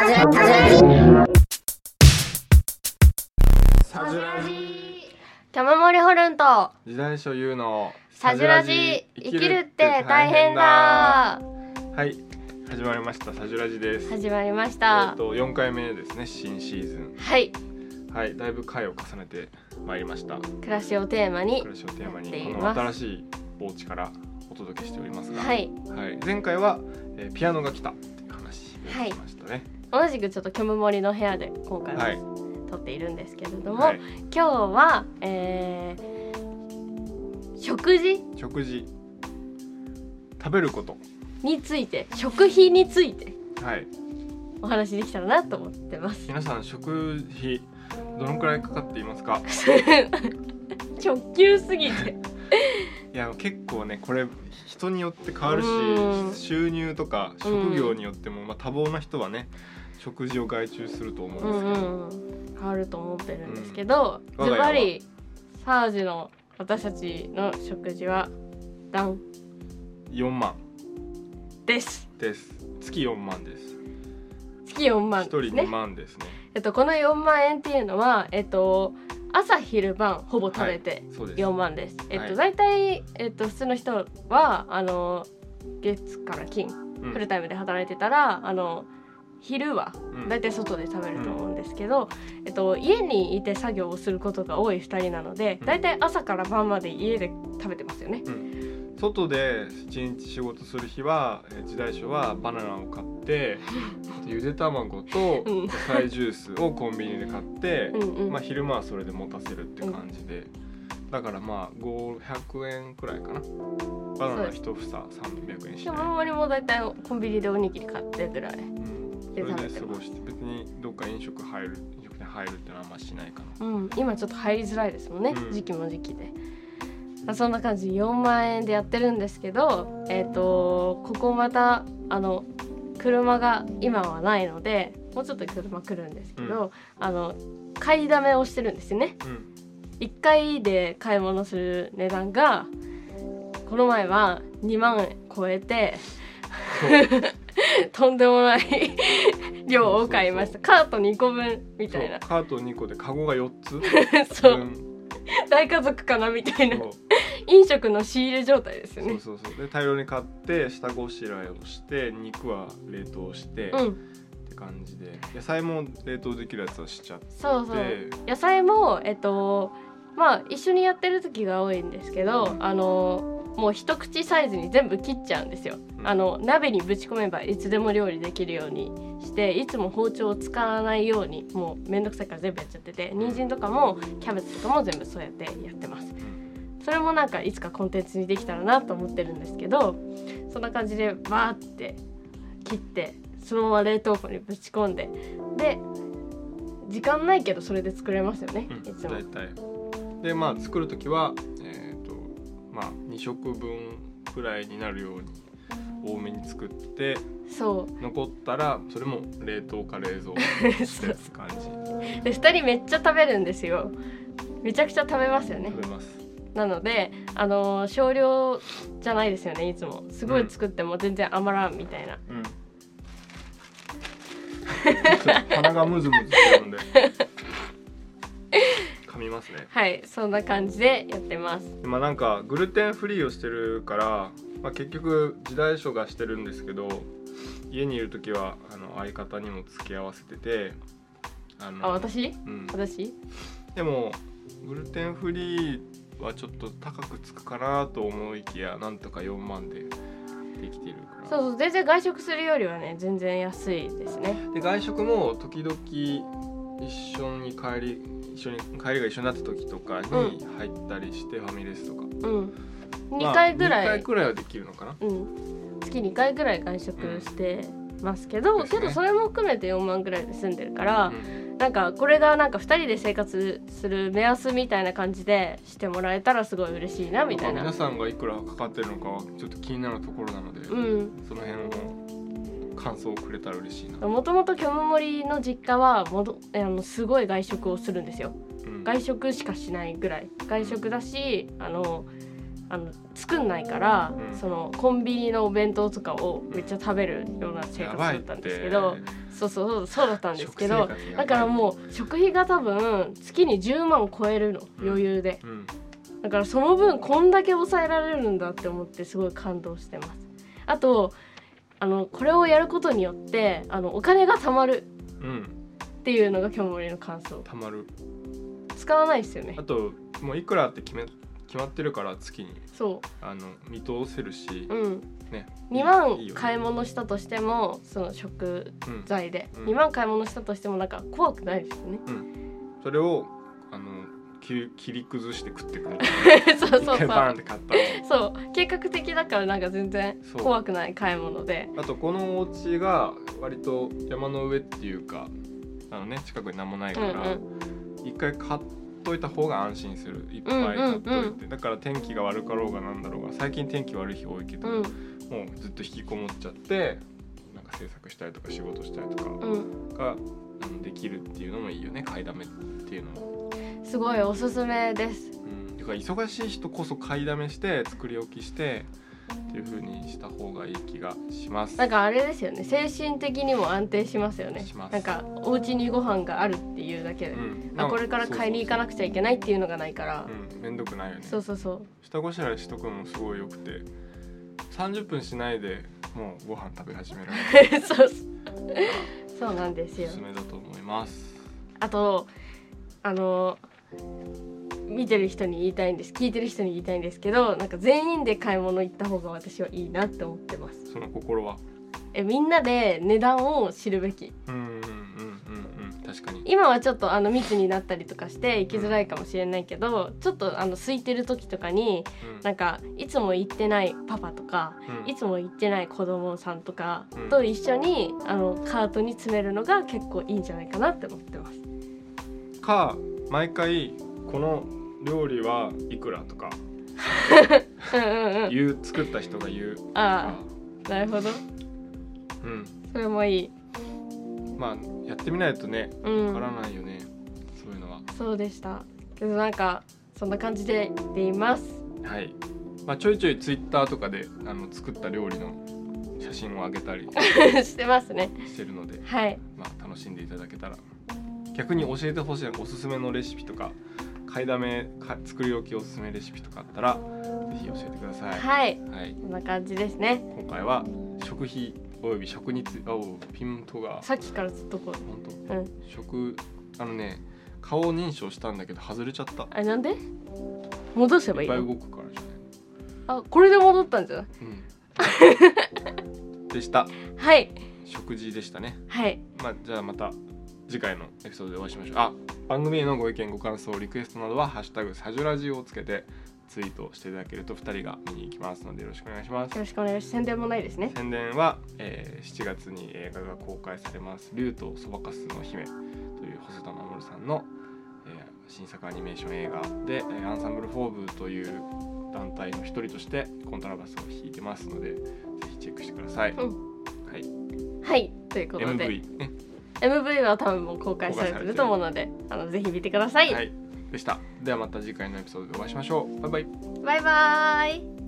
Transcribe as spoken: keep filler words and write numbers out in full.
サジュラジキャムモリホルンと時代所有のサジュラジ生きるって大変だ。 はい始まりましたサジュラジです。 始まりました。 えっとよんかいめですね、新シーズン。 はいはいだいぶ回を重ねてまいりました。 暮らしをテーマに暮らしをテーマにこの新しいお家からお届けしておりますが、 はい、 はい、前回は、えー、ピアノが来たっていう話をしましたね。 はい、同じくちょっとキャムモリの部屋で今回は、はい、撮っているんですけれども、はい、今日は、えー、食事食事食べることについて、食費について、 はい、 お話できたらなと思ってます。 皆さん食費どのくらいかかっていますか？ 直球すぎていや結構ねこれ人によって変わるし、収入とか職業によっても、まあ、多忙な人はね食事を外注すると思うんですけど、 うんうん、変わると思ってるんですけど、ズバリサージの私たちの食事はダンよんまんですです月よんまんです。 月よんまんですね。 ひとりにまんですね。 えっと、このよんまんえんっていうのは、えっと、朝昼晩ほぼ食べてよんまんです。はい、ですえっと、大体、えっと、普通の人はあの月から金、うん、フルタイムで働いてたらあの昼は大体外で食べると思うんですけど、うんえっと、家にいて作業をすることが多いふたりなので、大体朝から晩まで家で食べてますよね。うん外でいちにち仕事する日は時代所はバナナを買ってゆで卵と野菜ジュースをコンビニで買ってうん、まあ、昼間はそれで持たせるって感じで、うん、だからまあごひゃくえんくらいかな。バナナ一房さんびゃくえんしない。 あんまりもだいたいコンビニでおにぎり買ってぐらいで食べてます、 うん、それで過ごして別にどっか飲食入る飲食店入るってのはあんましないかな、 うん、今ちょっと入りづらいですもんね、うん、時期も時期で。そんな感じでよんまんえんでやってるんですけど、えーと、ここまたあの車が今はないのでもうちょっと車来るんですけど、うん、あの買いだめをしてるんですよね、うん、いっかいで買い物する値段がこの前はにまんえん超えてとんでもない量を買いました。そうそうそうカートにこぶんみたいな。 カートにこでカゴがよっつそう、うん大家族かなみたいな飲食の仕入れ状態ですよね。 そうそうそうで大量に買って下ごしらえをして肉は冷凍して、うん、って感じで野菜も冷凍できるやつはしちゃってそうそう野菜もえっとまあ一緒にやってる時が多いんですけど、うん、あのもう一口サイズに全部切っちゃうんですよ、うん、あの鍋にぶち込めばいつでも料理できるようにしていつも包丁を使わないようにもうめんどくさいから全部やっちゃってて、人参とかもキャベツとかも全部そうやってやってます。それもなんかいつかコンテンツにできたらなと思ってるんですけど、そんな感じでバーって切ってそのまま冷凍庫にぶち込んでで時間ないけどそれで作れますよね、うん、いつも大体でまあ作るときは、えーとまあ、にしょくぶんくらいになるように多めに作ってそう残ったらそれも冷凍か冷蔵にしてって感じでふたりめっちゃ食べるんですよ。めちゃくちゃ食べますよね。 食べます。 なので、あのー、少量じゃないですよね。いつもすごい作っても全然余らんみたいな、うん、 鼻がムズムズしてるんで噛みますね。 はいそんな感じでやってます。 今なんかグルテンフリーをしてるから、まあ、結局時代所がしてるんですけど家にいるときはあの相方にも付き合わせててあのあ私、うん、私でもグルテンフリーはちょっと高くつくかなと思いきやなんとかよんまんでできてるから。 そうそう全然外食するよりはね全然安いですね。 で外食も時々一緒に帰り一緒に帰りが一緒になった時とかに入ったりして、うん、ファミレスとか、うん、 にかいぐらい、 まあ、にかいくらいはできるのかな、 うん、月にかいぐらい外食してますけど、うん、けどそれも含めてよんまんぐらいで済んでるから、うん、なんかこれがなんかふたりで生活する目安みたいな感じでしてもらえたらすごい嬉しいなみたいな。 皆さんがいくらかかってるのかはちょっと気になるところなので、うん、その辺を感想をくれたら嬉しいな。 もともとキョムモリの実家はもどあのすごい外食をするんですよ、うん、外食しかしないぐらい外食だし、あのあの作んないから、うん、そのコンビニのお弁当とかをめっちゃ食べるような生活だったんですけど、 そうそうそうだったんですけど、だからもう食費が多分月にじゅうまん超えるの、うん、余裕で、うん、だからその分こんだけ抑えられるんだって思ってすごい感動してます。あとあのこれをやることによってあのお金が貯まるっていうのが今日森の感想。 貯まる、 使わないですよね。 あともういくらって決め決まってるから月にそうあの見通せるし、 うんね、 にまん買い物したとしてもその食材で、うん、にまん買い物したとしてもなんか怖くないですよね、うん、 それをあの切り崩して食ってくるそうそうそう、 バーンって買ったのそう計画的だからなんか全然怖くない買い物で、 あとこのお家が割と山の上っていうかあの、ね、近くに何もないから、うんうん、一回買ってといた方が安心する、いっぱい買っといて、うんうんうん、だから天気が悪かろうがなんだろうが、最近天気悪い日多いけど、うん、もうずっと引きこもっちゃってなんか制作したりとか仕事したりとかが、うん、できるっていうのもいいよね、買いだめっていうのもすごいおすすめです、 うん、だから忙しい人こそ買いだめして作り置きしてっていう風にした方がいい気がします。 なんかあれですよね、精神的にも安定しますよね。なんかお家にご飯があるっていうだけで、うん、あこれから買いに行かなくちゃいけないっていうのがないから、 うん、めんどくないよね。 そうそうそう、 下ごしらえしとくのもすごいよくて、さんじゅっぷんしないでもうご飯食べ始められるそうそうなんですよ。 おすすめだと思います。 あとあの見てる人に言いたいんです、聞いてる人に言いたいんですけど、なんか全員で買い物行った方が私はいいなって思ってます。 その心はえみんなで値段を知るべき。 うんうんうんうんうん、確かに今はちょっとあの密になったりとかして行きづらいかもしれないけど、うん、ちょっとあの空いてる時とかに、うん、なんかいつも行ってないパパとか、うん、いつも行ってない子供さんとかと一緒に、うん、あのカートに詰めるのが結構いいんじゃないかなって思ってます。 か毎回この料理はいくらとかうんうん、うん、言う作った人が言う。 ああ、なるほど。 うん、 それもいい。 まあやってみないとね、わからないよね、そういうのは。 そうでした。けどなんかそんな感じで言っています。 はい。まあちょいちょいツイッターとかであの作った料理の写真を上げたりしてますね。 してるので、 はい。 まあ楽しんでいただけたら。逆に教えてほしいおすすめのレシピとか。買いだめ作り置きおすすめレシピとかあったらぜひ教えてください。 はい、はい、こんな感じですね。 今回は食費および食について、ピントがさっきからずっとこう本当、うん、食あのね顔認証したんだけど外れちゃった。 あ、なんで戻せばいいの？ いっぱい動くからじゃない。 あ、これで戻ったんじゃない？ うんでした。 はい、 食事でしたね。 はい、 まあ、じゃあまた次回のエピソードでお会いしましょう。あ、番組へのご意見ご感想リクエストなどはハッシュタグサジュラジをつけてツイートしていただけるとふたりが見に行きますのでよろしくお願いします。 よろしくお願いします。宣伝もないですね。 宣伝は、えー、しちがつに映画が公開されます竜とそばかすの姫という細田守さんの、えー、新作アニメーション映画でアンサンブルフォーブという団体の一人としてコントラバスを弾いてますのでぜひチェックしてください。うん、はい、 はい、ということで エムブイ、ね、エムブイ は多分もう公開されてると思うのであのぜひ見てください。 はい、でした。ではまた次回のエピソードでお会いしましょう。バイバイ。 バイバイ。